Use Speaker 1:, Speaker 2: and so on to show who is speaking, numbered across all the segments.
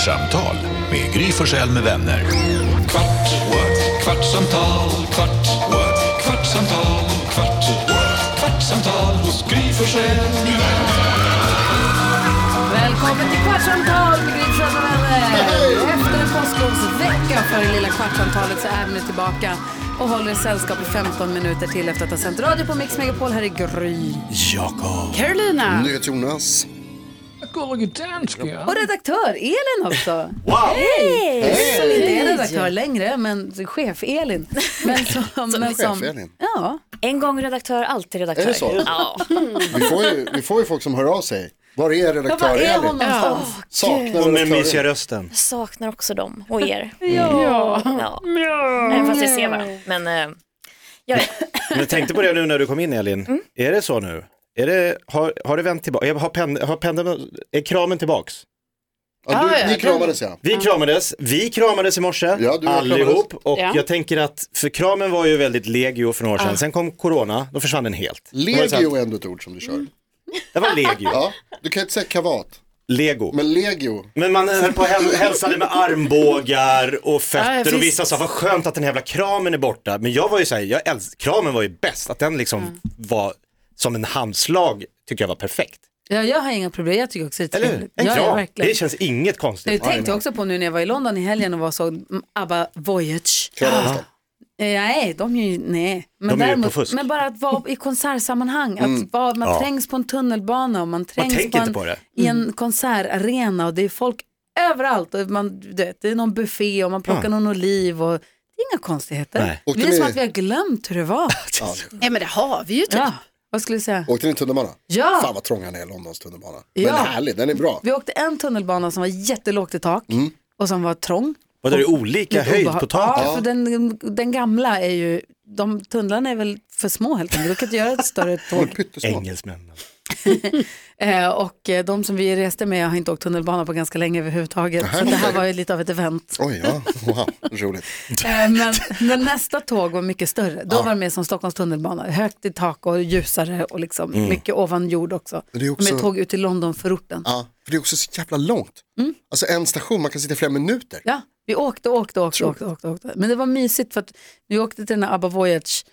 Speaker 1: Kvartsamtal med Gry Forssell med vänner. Kvart, what? Kvartsamtal, kvart, what? Kvartsamtal, kvart, what? Kvartsamtal hos Gry Forssell med vänner.
Speaker 2: Välkommen till Kvartsamtal med Gry Forssell med vänner. Efter en påsklovsvecka för det lilla Kvartsamtalet så är vi nu tillbaka och håller sällskap i 15 minuter till efter att ha sänt radio på Mix Megapol. Här är Gry,
Speaker 3: Jakob,
Speaker 2: Carolina,
Speaker 4: Jonas
Speaker 2: och redaktör Elin också.
Speaker 3: Wow!
Speaker 2: Hej! Som inte är redaktör längre, men chef Elin. Men som
Speaker 4: Elin.
Speaker 2: ja.
Speaker 5: En gång redaktör, alltid redaktör.
Speaker 4: Är det så?
Speaker 5: Ja.
Speaker 4: Vi får ju folk som hör av sig. Var är redaktör
Speaker 2: Var är
Speaker 4: Elin?
Speaker 2: hon någonstans?
Speaker 4: Saknar
Speaker 3: Och med mysiga
Speaker 4: redaktören.
Speaker 3: rösten.
Speaker 5: Jag saknar också dem och er.
Speaker 2: Ja.
Speaker 5: Även fast vi ser varandra. Men jag är.
Speaker 3: Men jag tänkte på det nu när du kom in, Elin. Är det så nu? Har det vänt tillbaka? Är kramen tillbaks?
Speaker 4: Ja, ni kramades ja.
Speaker 3: Vi kramades i morse,
Speaker 4: Ja, du
Speaker 3: allihop. Och
Speaker 2: Ja.
Speaker 3: jag tänker att, för kramen var ju väldigt legio för några år sedan. Sen kom corona, då försvann den helt.
Speaker 4: Legio är ändå ett ord som du kör.
Speaker 3: Det var legio.
Speaker 4: Ja, du kan inte säga kavat.
Speaker 3: Lego.
Speaker 4: Men legio.
Speaker 3: Men man höll på att hälsade med armbågar och fötter och vissa sa, vad skönt att den jävla kramen är borta. Men jag var ju såhär, kramen var ju bäst. Att den liksom var som en handslag, tycker jag var perfekt.
Speaker 2: Ja, jag har inga problem, jag tycker också det är
Speaker 3: Eller hur?
Speaker 2: trevligt.
Speaker 3: En
Speaker 2: Ja,
Speaker 3: kram,
Speaker 2: verkligen.
Speaker 3: det känns inget konstigt.
Speaker 2: Jag tänkte också på nu när jag var i London i helgen och var så ABBA Voyage.
Speaker 4: Kramades de?
Speaker 2: Nej, de är ju, nej. Men,
Speaker 3: De är ju på fusk.
Speaker 2: men bara att vara i konsertsammanhang, att man trängs på en tunnelbana och man trängs
Speaker 3: tänker inte på det.
Speaker 2: i en konsertarena och det är folk överallt och det är någon buffé och man plockar någon oliv och det är inga konstigheter.
Speaker 3: Nej.
Speaker 2: Det är som att vi har glömt hur det var.
Speaker 6: Ja, men det har vi ju typ.
Speaker 2: Ja, vad skulle du säga?
Speaker 4: Åkte ni tunnelbana?
Speaker 2: Ja.
Speaker 4: Fan vad trång han är, Londons tunnelbana. Men
Speaker 2: Ja.
Speaker 4: härlig, den är bra.
Speaker 2: Vi åkte en tunnelbana som var jättelågt i tak och som var trång.
Speaker 3: Och det är olika
Speaker 2: Lite
Speaker 3: höjd
Speaker 2: obehag-
Speaker 3: på taket.
Speaker 2: Ja, för den gamla är ju, de tunnlarna är väl för små helt enkelt. Du kan inte göra ett större tåg.
Speaker 4: Pyttesmå.
Speaker 3: Engelsmännen.
Speaker 2: Och de som vi reste med har inte åkt tunnelbana på ganska länge överhuvudtaget. Så det här var ju lite av ett event.
Speaker 4: Oj, ja. Wow, roligt.
Speaker 2: Men nästa tåg var mycket större. Då var det mer som Stockholms tunnelbana. Högt i tak och ljusare och liksom mycket ovan jord också.
Speaker 4: Det är också-
Speaker 2: Med tåg ut till London-förorten.
Speaker 4: Ja, för det är också så jävla långt. Alltså en station, man kan sitta i flera minuter.
Speaker 2: Ja, vi åkte. Men det var mysigt för att vi åkte till den här ABBA Voyage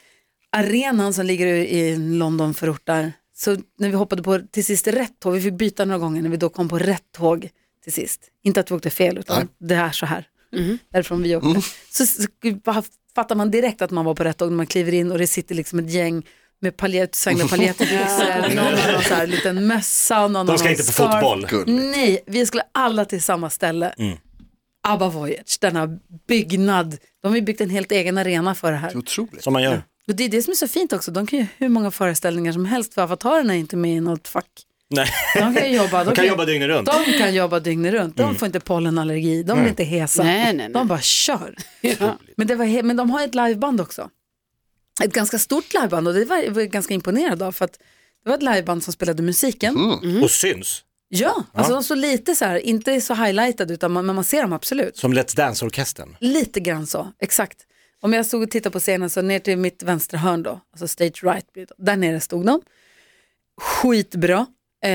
Speaker 2: arenan som ligger i London-förortar. Så när vi hoppade på till sist rätt tåg, vi fick byta några gånger när vi då kom på rätt tåg till sist. Inte att vi åkte fel utan det är så här. Därifrån vi åkte. Så bara fattar man direkt att man var på rätt tåg när man kliver in och det sitter liksom ett gäng med paljettbyxor, någon har någon så här liten mössa.
Speaker 3: De ska inte på fotboll.
Speaker 2: Nej, vi skulle alla till samma ställe. ABBA Voyage, denna byggnad. De har ju byggt en helt egen arena för det här.
Speaker 4: Det är otroligt.
Speaker 3: Som man gör.
Speaker 2: Och det är det som är så fint också. De kan ju hur många föreställningar som helst för avatarerna är inte med i något fack.
Speaker 3: Nej.
Speaker 2: De kan jobba.
Speaker 3: De kan jobba dygnet runt.
Speaker 2: De kan jobba dygnet runt. De får inte pollenallergi. De blir inte hesa.
Speaker 6: Nej.
Speaker 2: De bara kör. Men de har ett liveband också. Ett ganska stort liveband och det var jag ganska imponerad av för att det var ett liveband som spelade musiken.
Speaker 3: Och syns.
Speaker 2: Ja, alltså de så lite så här, inte så highlightade utan men man ser dem absolut.
Speaker 3: Som Let's Dance-orkestern.
Speaker 2: Lite grann så, exakt. Om jag stod och tittade på scenen så ner till mitt vänstra hörn då, alltså stage right, där nere stod de. Skitbra,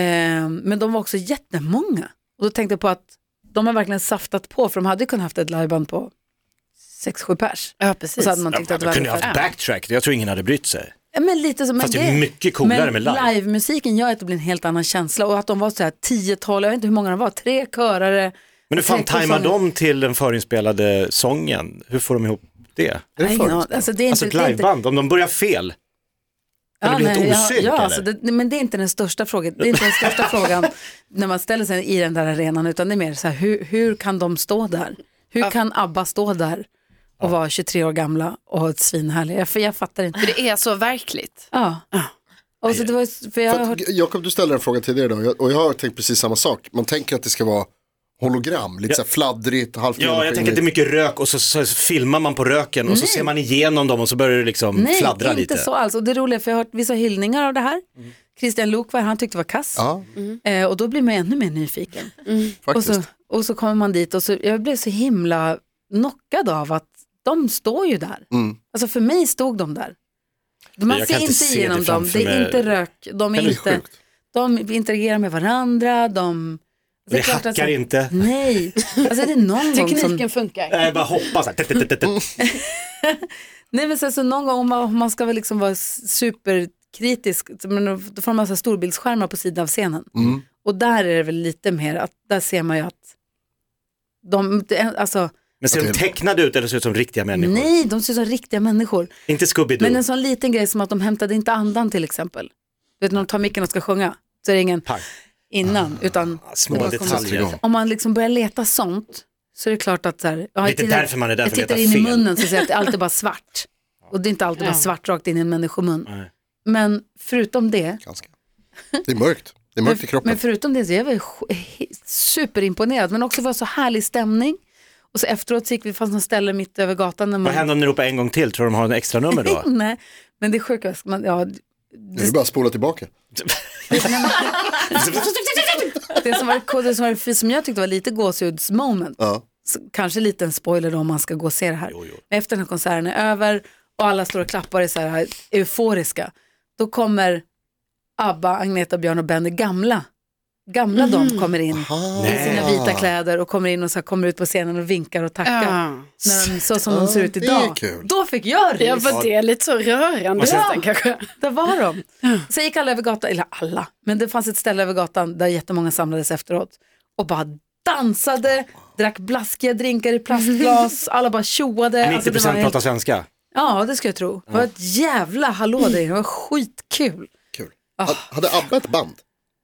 Speaker 2: men de var också jättemånga. Och då tänkte jag på att de har verkligen saftat på, för de hade kunnat haft ett liveband på 6-7 pers.
Speaker 6: Ja,
Speaker 2: Och
Speaker 6: precis.
Speaker 2: så hade man tyckt att det
Speaker 3: De
Speaker 2: var
Speaker 3: kunde ha
Speaker 2: ungefär.
Speaker 3: haft backtrack. Jag tror ingen hade brytt sig.
Speaker 2: Ja, men lite så, men
Speaker 3: Fast det är mycket coolare med live.
Speaker 2: Live-musiken gör att det blir en helt annan känsla. Och att de var så här 10-12, jag vet inte hur många de var, 3 körare.
Speaker 3: Men hur fan
Speaker 2: och 3
Speaker 3: tajmar
Speaker 2: sånger.
Speaker 3: de till den förinspelade sången? Hur får de ihop det?
Speaker 2: Nej, alltså det är
Speaker 3: Alltså
Speaker 2: inte,
Speaker 3: ett
Speaker 2: det är inte,
Speaker 3: liveband, om de börjar fel. Kan det bli helt osynk,
Speaker 2: ja,
Speaker 3: eller?
Speaker 2: alltså men det är inte den största frågan. Det är inte den största frågan när man ställer sig i den där arenan, utan det är mer så här, hur kan de stå där? Hur kan ABBA stå där och vara 23 år gamla och ha ett svinhärliga? För jag fattar inte.
Speaker 6: För det är så verkligt.
Speaker 2: Ja. Och så det var, för jag har hört,
Speaker 4: Jakob, du ställde en fråga tidigare då, och jag har tänkt precis samma sak. Man tänker att det ska vara hologram, lite så här fladdrigt, halvt
Speaker 3: Ja, jag tänker att det är mycket rök och så filmar man på röken och så ser man igenom dem och så börjar det liksom fladdra
Speaker 2: inte
Speaker 3: lite.
Speaker 2: så alls. Och det roliga, för jag har hört vissa hyllningar av det här. Christian Luuk var han tyckte det var kass.
Speaker 4: Ja,
Speaker 2: Och då blir man ännu mer nyfiken.
Speaker 4: faktiskt.
Speaker 2: Och så kommer man dit och så, jag blev så himla knockad av att de står ju där. Alltså för mig stod de där. Man
Speaker 3: Jag
Speaker 2: ser
Speaker 3: kan inte
Speaker 2: inte
Speaker 3: se
Speaker 2: igenom
Speaker 3: det
Speaker 2: dem,
Speaker 3: framför
Speaker 2: det är
Speaker 3: mig.
Speaker 2: inte rök, de är
Speaker 4: Det är
Speaker 2: inte,
Speaker 4: sjukt.
Speaker 2: de interagerar med varandra,
Speaker 3: Det hackar inte.
Speaker 2: Nej, alltså det är någon gång
Speaker 6: Tekniken funkar.
Speaker 3: Jag bara hoppas.
Speaker 2: Nej men så någon gång om man ska väl liksom vara superkritisk, men då får man massa storbildsskärmar på sidan av scenen. Och där är det väl lite mer att där ser man ju att alltså. Men
Speaker 3: ser de tecknade ut eller ser ut som riktiga människor?
Speaker 2: Nej, de ser ut som riktiga människor.
Speaker 3: Inte Scooby-Doo.
Speaker 2: Men en sån liten grej som att de hämtade inte andan till exempel. Vet när de tar micken och ska sjunga så är det ingen innan utan
Speaker 3: små detaljer.
Speaker 2: Om man liksom börjar leta sånt så är det klart att så här,
Speaker 3: därför man är där
Speaker 2: jag
Speaker 3: för att
Speaker 2: tittar
Speaker 3: leta
Speaker 2: in
Speaker 3: fel.
Speaker 2: i munnen så ser jag att det alltid bara svart. Och det är inte alltid bara svart rakt in i en människomun.
Speaker 3: Nej.
Speaker 2: Men förutom det.
Speaker 4: Ganska. Det är mörkt. Det är mörkt i kroppen.
Speaker 2: Men förutom det så är jag superimponerad. Men också var så härlig stämning. Och så efteråt så gick vi fast någon ställe mitt över gatan. När man...
Speaker 3: Vad händer om ni ropar en gång till? Tror du de har en extra nummer då?
Speaker 2: Nej, men det är sjukt.
Speaker 4: Det är bara att spola tillbaka.
Speaker 2: Det som jag tyckte var lite gåshudsmoment. Ja. Kanske lite en spoiler då om man ska gå och se det här.
Speaker 3: Jo.
Speaker 2: Efter den här konserten är över och alla står och klappar är så här euforiska. Då kommer Abba, Agneta, Björn och Benny gamla de kommer in i sina vita kläder och kommer in och så kommer ut på scenen och vinkar och tackar. När de, så som de ser ut idag. Då fick jag
Speaker 6: Ja, för det är lite så rörande kanske.
Speaker 2: Där var de. Så gick alla över gatan, eller alla, men det fanns ett ställe över gatan där jättemånga samlades efteråt och bara dansade, drack blaskiga drinkar i plastglas, alla bara tjoade.
Speaker 3: 90% pratar svenska.
Speaker 2: Ja, det ska jag tro. Det var ett jävla hallå där, det var skitkul.
Speaker 4: Kul. Hade Abba ett band?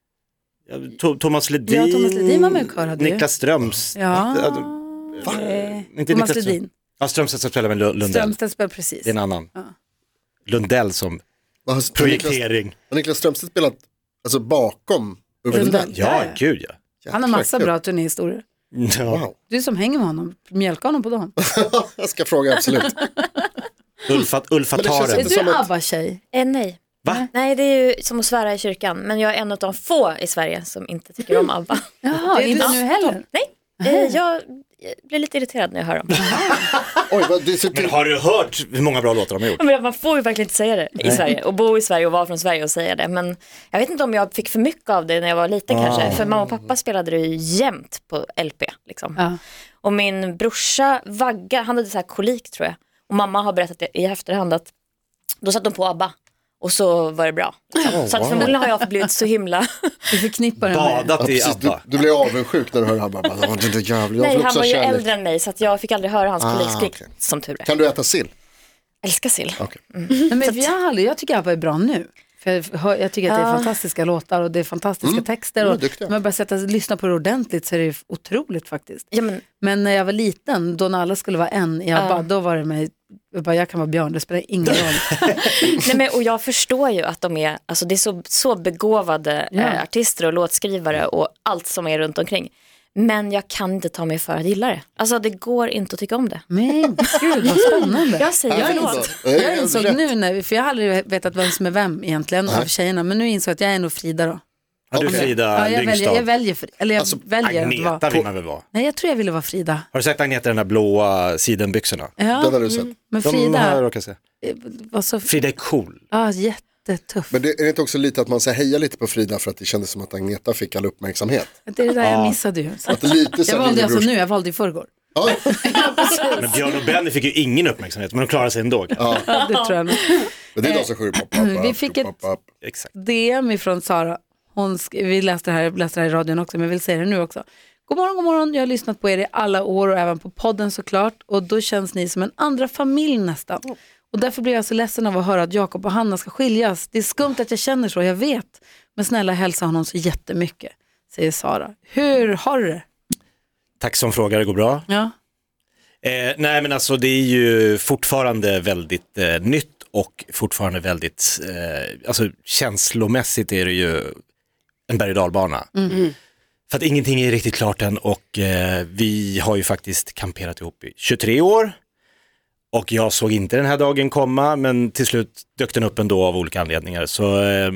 Speaker 3: Thomas Ledin.
Speaker 2: Ja, Thomas Ledin var med och körade.
Speaker 3: Niklas Ströms.
Speaker 2: Ja.
Speaker 3: Inte
Speaker 2: Thomas Ledin.
Speaker 3: Ja, Strömstedt som spelar med Lundell.
Speaker 2: Strömstedt spelar precis.
Speaker 3: Det är en annan. Ja. Lundell som projektering.
Speaker 4: Har Niklas Strömstedt spelat alltså bakom
Speaker 2: Lundell?
Speaker 3: Ja, gud ja.
Speaker 2: Han har massa bra turnéhistorier.
Speaker 3: Ja.
Speaker 2: Wow. Du som hänger med honom, mjölka honom på dagen.
Speaker 4: Jag ska fråga, absolut.
Speaker 3: Ulfa Taren.
Speaker 2: Är du ABBA-tjej?
Speaker 5: Nej.
Speaker 3: Va?
Speaker 5: Nej, det är ju som att svära i kyrkan. Men jag är en av de få i Sverige som inte tycker om ABBA.
Speaker 2: Jaha, inte nu heller?
Speaker 5: Nej, jag blir lite irriterad när jag hör dem.
Speaker 3: Men har du hört hur många bra låtar de har gjort?
Speaker 5: Men man får ju verkligen inte säga det i Sverige. Och bo i Sverige och vara från Sverige och säga det. Men jag vet inte om jag fick för mycket av det när jag var liten kanske. För mamma och pappa spelade det ju jämt på LP. Liksom. Och min brorsa Vagga, han hade så här kolik tror jag. Och mamma har berättat i efterhand att då satt de på ABBA. Och så var det bra. Så att förmodligen har jag blivit så himla...
Speaker 2: Du förknippar den
Speaker 3: badat i ABBA.
Speaker 4: Du blir avundsjuk när du hör ABBA.
Speaker 5: Nej, han var ju äldre än mig så att jag fick aldrig höra hans kolikskrik som tur är.
Speaker 4: Kan du äta sill?
Speaker 5: Älskar sill.
Speaker 4: Okay.
Speaker 2: Men jag tycker ABBA är bra nu. För jag tycker att det är fantastiska låtar och det är fantastiska texter. Och när man börjar lyssna på det ordentligt så är det otroligt faktiskt. Ja, men när jag var liten, då när alla skulle vara en i ABBA, då var det mig... Jag kan vara Björn, det spelar ingen roll.
Speaker 5: Nej, men, och jag förstår ju att de är, alltså det är så begåvade artister och låtskrivare och allt som är runt omkring. Men jag kan inte ta mig för att gilla det. Alltså det går inte att tycka om det.
Speaker 2: Men gud vad spännande.
Speaker 5: Jag säger förlåt.
Speaker 2: Jag insåg nu, för jag har aldrig vetat vem som är vem egentligen av tjejerna. Men nu insåg jag att jag är nog Frida då.
Speaker 3: Har du Frida Lyngstad?
Speaker 2: Jag väljer
Speaker 3: Agneta
Speaker 2: att vara.
Speaker 3: vill man väl vara?
Speaker 2: Nej, jag tror jag ville vara Frida.
Speaker 3: Har du sett Agneta den där blåa sidenbyxorna?
Speaker 2: Ja.
Speaker 4: Den har du sett.
Speaker 2: Men Frida
Speaker 3: var så... Frida är cool.
Speaker 2: Ja, jättetuff.
Speaker 4: Men det är inte också lite att man säger heja lite på Frida för att det kändes som att Agneta fick all uppmärksamhet?
Speaker 2: Det är det där jag missade ju. Jag valde alltså nu, jag valde i förrgår.
Speaker 4: Ja.
Speaker 3: Men Björn och Benny fick ju ingen uppmärksamhet, men de klarade sig ändå.
Speaker 2: Ja, det tror jag.
Speaker 4: Men det är de som sjunger.
Speaker 2: Vi fick ett DM ifrån Sara. Vi läste det här i radion också, men jag vill säga det nu också. God morgon, jag har lyssnat på er i alla år och även på podden såklart. Och då känns ni som en andra familj nästan. Och därför blir jag så ledsen av att höra att Jakob och Hanna ska skiljas. Det är skumt att jag känner så, jag vet. Men snälla hälsa honom så jättemycket, säger Sara. Hur har du det?
Speaker 3: Tack som frågar, det går bra.
Speaker 2: Ja.
Speaker 3: Nej men alltså det är ju fortfarande väldigt nytt och fortfarande väldigt, alltså känslomässigt är det ju en berg- och dalbana. För att ingenting är riktigt klart än och vi har ju faktiskt kamperat ihop i 23 år. Och jag såg inte den här dagen komma, men till slut dök den upp ändå av olika anledningar. Så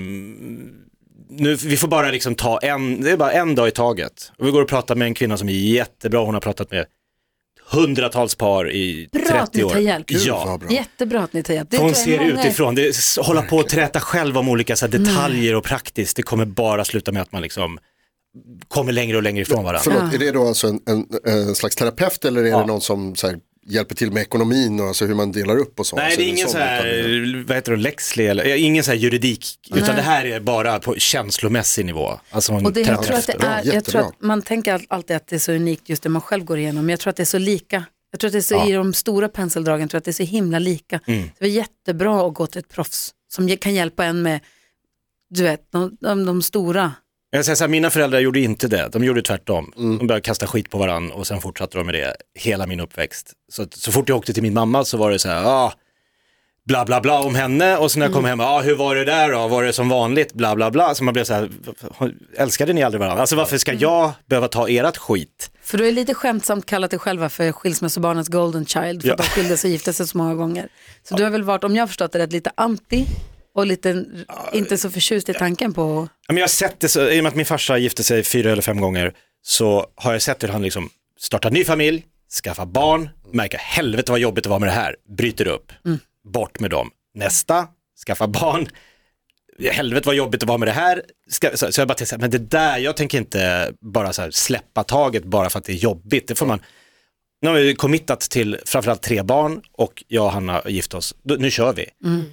Speaker 3: nu, vi får bara liksom det är bara en dag i taget. Och vi går och pratar med en kvinna som är jättebra, hon har pratat med hundratals par i 30 år.
Speaker 2: Bra att ni tar hjälp.
Speaker 3: Ja.
Speaker 2: Jättebra att ni tar hjälp.
Speaker 3: Hon ser utifrån, hålla på att träta själv om olika så här, detaljer och praktiskt. Det kommer bara sluta med att man liksom kommer längre och längre ifrån varandra.
Speaker 4: Förlåt, är det då alltså en slags terapeut eller är det någon som så här, hjälper till med ekonomin och alltså hur man delar upp och så?
Speaker 3: Nej,
Speaker 4: alltså,
Speaker 3: det är ingen så här, vad heter det, Lexley eller ingen så här juridik, utan det här är bara på känslomässig nivå. Alltså
Speaker 2: och det, jag tror att man tänker alltid att det är så unikt just det man själv går igenom, men jag tror att det är så lika. Jag tror att det är så i de stora penseldragen, jag tror att det är så himla lika. Det är jättebra att gå till ett proffs som kan hjälpa en med, du vet, de stora.
Speaker 3: Jag säger så här, mina föräldrar gjorde inte det. De gjorde tvärtom. De började kasta skit på varann och sen fortsatte de med det hela min uppväxt. Så fort jag åkte till min mamma så var det så här, bla bla bla om henne. Och sen när jag kom hem, hur var det där då? Var det som vanligt? Bla bla bla. Så man blev så här, älskade ni aldrig varandra? Alltså varför ska jag behöva ta ert skit?
Speaker 2: För du är lite skämtsamt kallat dig själva för skilsmässobarnets golden child. För att de skilde sig och gifte sig så många gånger. Så du har väl varit, om jag har förstått det rätt, lite anti och lite inte så förtjust i tanken på... Men
Speaker 3: jag har sett det så, i och med att min farsa gifte sig 4 eller 5 gånger så har jag sett hur han liksom startar ny familj, skaffar barn, märker helvete vad jobbigt det var med det här, bryter upp, bort med dem. Nästa, skaffa barn, helvete vad jobbigt det var med det här. Så jag bara tänkte, men det där, jag tänker inte bara så här släppa taget bara för att det är jobbigt. Det får man... Nu har vi committat till framförallt 3 barn och jag och Hanna gift oss. Nu kör vi.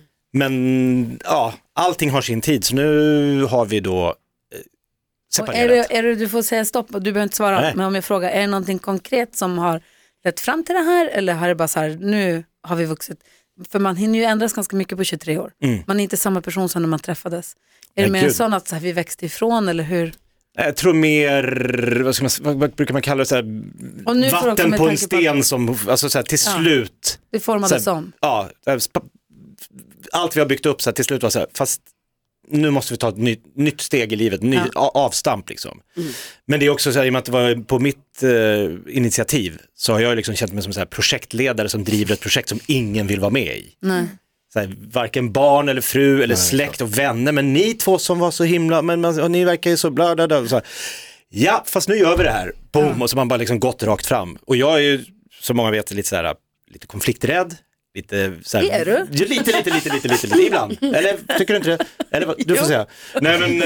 Speaker 3: Men allting har sin tid, så nu har vi då separerat.
Speaker 2: Är det, du får säga stopp, du behöver inte svara. Men om jag frågar, är det någonting konkret som har lett fram till det här? Eller har det bara så här, nu har vi vuxit? För man hinner ju ändras ganska mycket på 23 år. Man är inte samma person som när man träffades. Är det mer en sån att så här, vi växte ifrån, eller hur?
Speaker 3: Jag tror mer, vad brukar man kalla det, så här, vatten på en sten som, alltså så här, till slut.
Speaker 2: Det formades om.
Speaker 3: Ja, allt vi har byggt upp så här, till slut var så här, fast nu måste vi ta ett nytt steg i livet, avstamp liksom. Men det är också så här, i och med att det var på mitt initiativ så har jag liksom känt mig som så här projektledare som driver ett projekt som ingen vill vara med i.
Speaker 2: Nej.
Speaker 3: Så här, varken barn eller fru eller släkt och vänner, men ni två som var så himla, och ni verkar ju så bla bla bla. Så här, ja, fast nu gör vi det här. Boom, och så man bara liksom gått rakt fram. Och jag är ju, som många vet, lite så här, lite konflikträdd. Lite så här,
Speaker 2: är du?
Speaker 3: Lite ibland. Eller tycker du inte det? Eller du får säga. Nej men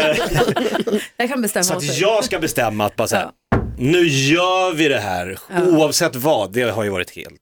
Speaker 2: jag kan bestämma.
Speaker 3: Så att jag ska bestämma att bara så här, nu gör vi det här oavsett vad. Det har ju varit helt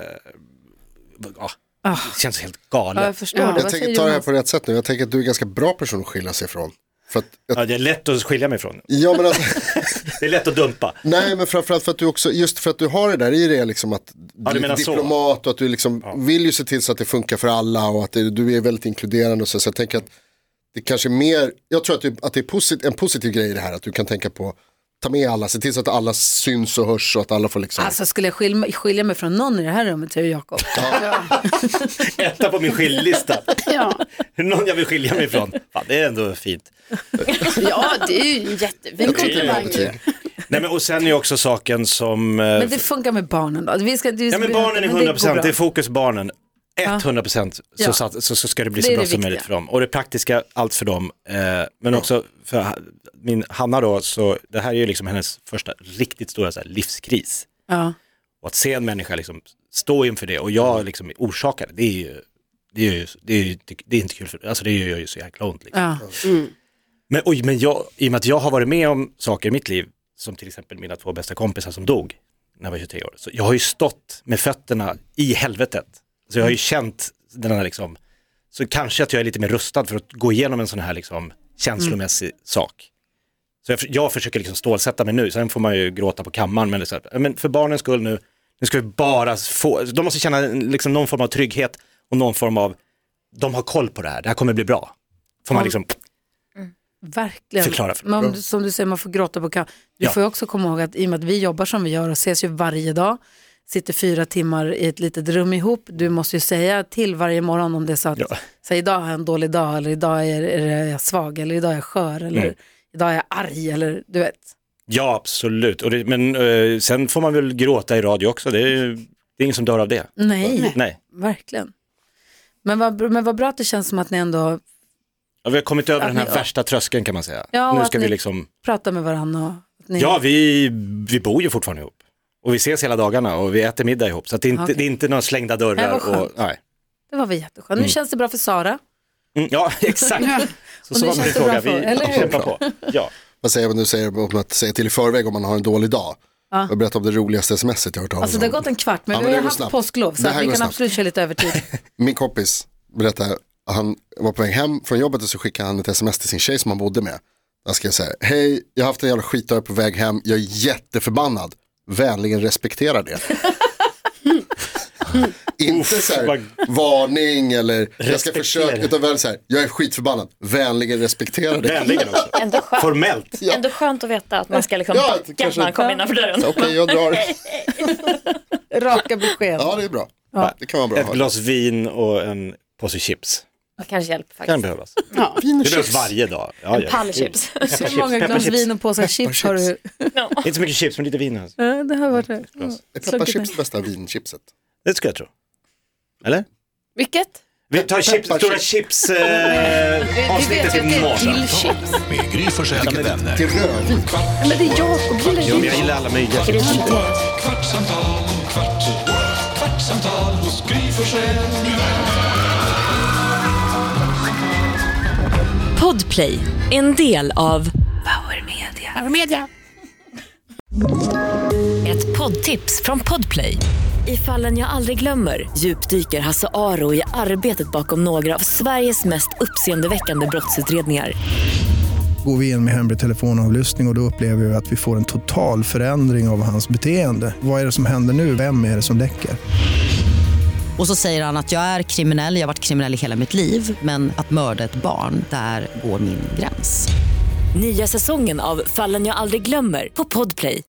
Speaker 3: det känns helt galet.
Speaker 2: Jag förstår det.
Speaker 4: Jag tänker ta det här på rätt sätt nu. Jag tänker att du är en ganska bra person att skilja sig ifrån. För att
Speaker 3: det är lätt att skilja mig ifrån.
Speaker 4: Ja, men
Speaker 3: det är lätt att dumpa.
Speaker 4: Nej, men framförallt för att du också, just för att du har det där i det liksom att du är diplomat och att du liksom vill ju se till så att det funkar för alla och att du är väldigt inkluderande och så jag tänker att det kanske är mer, jag tror att det är en positiv grej i det här, att du kan tänka på ta med alla, se till så att alla syns och hörs och att alla får liksom...
Speaker 2: Alltså skulle jag skilja mig från någon i det här rummet så är det Jakob.
Speaker 3: Etta på min skilllista. Någon jag vill skilja mig ifrån. Fan, det är ändå fint.
Speaker 6: Ja, det är ju jättefin komplimang.
Speaker 3: Nej, men och sen är också saken som...
Speaker 2: Men det funkar med barnen då?
Speaker 3: Men barnen är 100%, det är fokus barnen. 100% så ska det bli så bra som möjligt för dem. Och det praktiska, allt för dem. Men också för min Hanna då, så det här är ju liksom hennes första riktigt stora så här, livskris. Och att se en människa liksom stå inför det och jag liksom orsakar det, det är inte kul för, alltså det gör ju så jäkla ont liksom. Men jag, i och med att jag har varit med om saker i mitt liv, som till exempel mina 2 bästa kompisar som dog när jag var 23 år, så jag har ju stått med fötterna i helvetet. Så jag har ju känt den här liksom, så kanske att jag är lite mer rustad för att gå igenom en sån här liksom känslomässig sak. Så jag försöker liksom stålsätta mig nu, sen får man ju gråta på kammaren, men för barnens skull nu ska vi bara få, de måste känna liksom någon form av trygghet och någon form av, de har koll på det här kommer bli bra. Får man liksom
Speaker 2: verkligen
Speaker 3: förklara för
Speaker 2: dem. Som du säger, man får gråta på kammaren. Du får ju också komma ihåg att i och med att vi jobbar som vi gör och ses ju varje dag, sitter 4 timmar i ett litet rum ihop. Du måste ju säga till varje morgon om det är så att så idag har jag en dålig dag, eller idag är jag svag, eller idag är jag skör, eller idag är jag arg, eller du vet. Ja,
Speaker 3: absolut. Men sen får man väl gråta i radio också. Det är ingen som dör av det.
Speaker 2: Nej. Verkligen. Men vad bra att det känns som att ni ändå...
Speaker 3: Ja, vi har kommit över den här värsta tröskeln kan man säga.
Speaker 2: Ja,
Speaker 3: nu ska vi liksom
Speaker 2: prata med varandra.
Speaker 3: Ja, vi bor ju fortfarande ihop. Och vi ses hela dagarna och vi äter middag ihop. Så att det är inte några slängda dörrar. Nej.
Speaker 2: Det var väl jätteskönt. Nu känns det bra för Sara.
Speaker 3: Ja, exakt. Så var min fråga. Vi kämpar på. Ja.
Speaker 4: du säger om att säga till i förväg om man har en dålig dag. Jag berättar om det roligaste smset jag har hört
Speaker 2: Alltså det har gått en kvart, men vi har haft påsklov så vi kan absolut köra lite övertid.
Speaker 4: Min kompis berättade, han var på väg hem från jobbet och så skickade han ett sms till sin tjej som han bodde med. Där ska jag säga, hej, jag har haft en jävla skitdag på väg hem, jag är jätteförbannad. Vänligen respektera det. Inte så här varning eller jag ska försöka, utan väl så här, jag är skitförbannad, vänligen respektera det.
Speaker 3: Vänligen också.
Speaker 5: Ändå skönt.
Speaker 3: Formellt.
Speaker 5: Ja. Ändå skönt att veta att man ska liksom backa när man kommer innanför dörren.
Speaker 4: Okej, jag drar.
Speaker 2: Raka besked.
Speaker 4: Ja, det är bra. Ja. Det kan vara bra.
Speaker 3: Ett glas vin och en påse chips.
Speaker 5: Det kanske hjälper faktiskt.
Speaker 3: Kan behövas.
Speaker 2: Ja.
Speaker 3: Det behövs varje dag. Ja,
Speaker 5: en pall chips.
Speaker 2: Hur många glas vin och påsar chips har du?
Speaker 3: Inte så mycket chips, men lite vin. Alltså.
Speaker 2: Ja, det har varit det.
Speaker 4: Är pepparchips bästa vinchipset?
Speaker 3: Det ska jag tro. Eller?
Speaker 2: Vilket?
Speaker 3: Vi tar stora chips avsnittet till morgon.
Speaker 1: Med Gry Forssell med vänner.
Speaker 4: Till rödvin.
Speaker 2: Men det är Jakob gillar
Speaker 3: Jo, men jag gillar alla möjliga.
Speaker 1: Kvartsamtal, kvartsamtal hos Gry Forssell med vänner.
Speaker 7: Podplay, en del av
Speaker 2: Power Media.
Speaker 7: Ett poddtips från Podplay. I Fallen jag aldrig glömmer djupdyker Hasse Aro i arbetet bakom några av Sveriges mest uppseendeväckande brottsutredningar.
Speaker 8: Går vi in med hemlig telefonavlyssning och då upplever vi att vi får en total förändring av hans beteende. Vad är det som händer nu? Vem är det som läcker?
Speaker 9: Och så säger han att jag är kriminell, jag har varit kriminell i hela mitt liv. Men att mörda ett barn, där går min gräns.
Speaker 7: Nya säsongen av Fallen jag aldrig glömmer på Podplay.